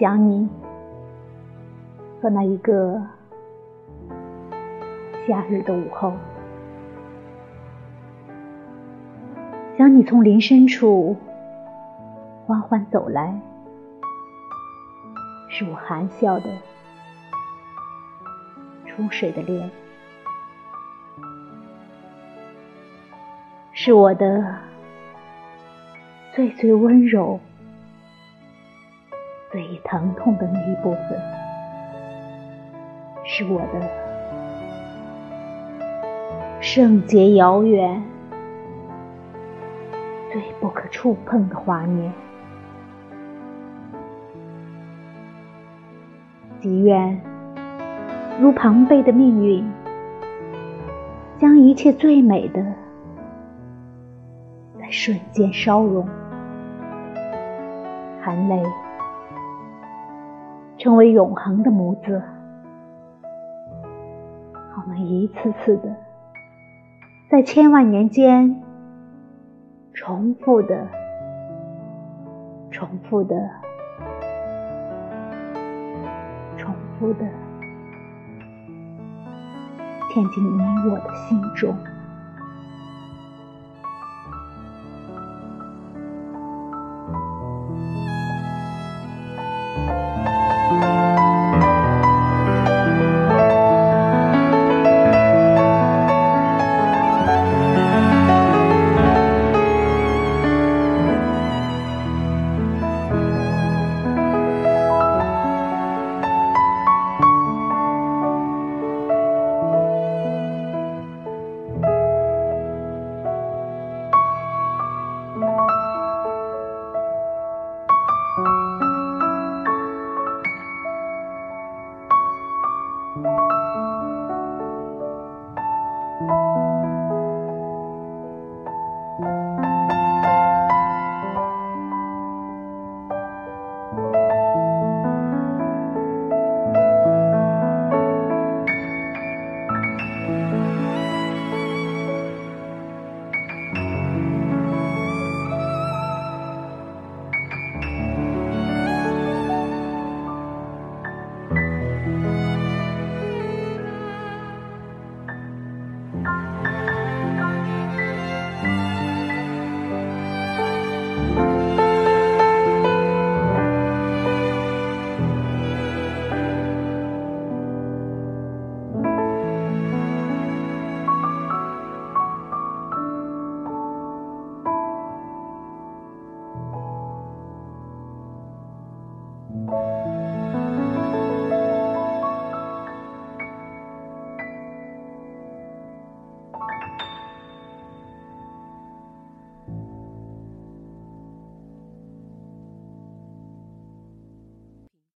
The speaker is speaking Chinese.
想你和那一个夏日的午后，想你从林深处缓缓走来，是我含笑的出水的脸，是我的最最温柔最疼痛的那一部分，是我的圣洁遥远最不可触碰的画面。祈愿如庞贝的命运，将一切最美的在瞬间烧融，含泪成为永恒的母子，好能一次次的在千万年间重复的嵌进你我的心中。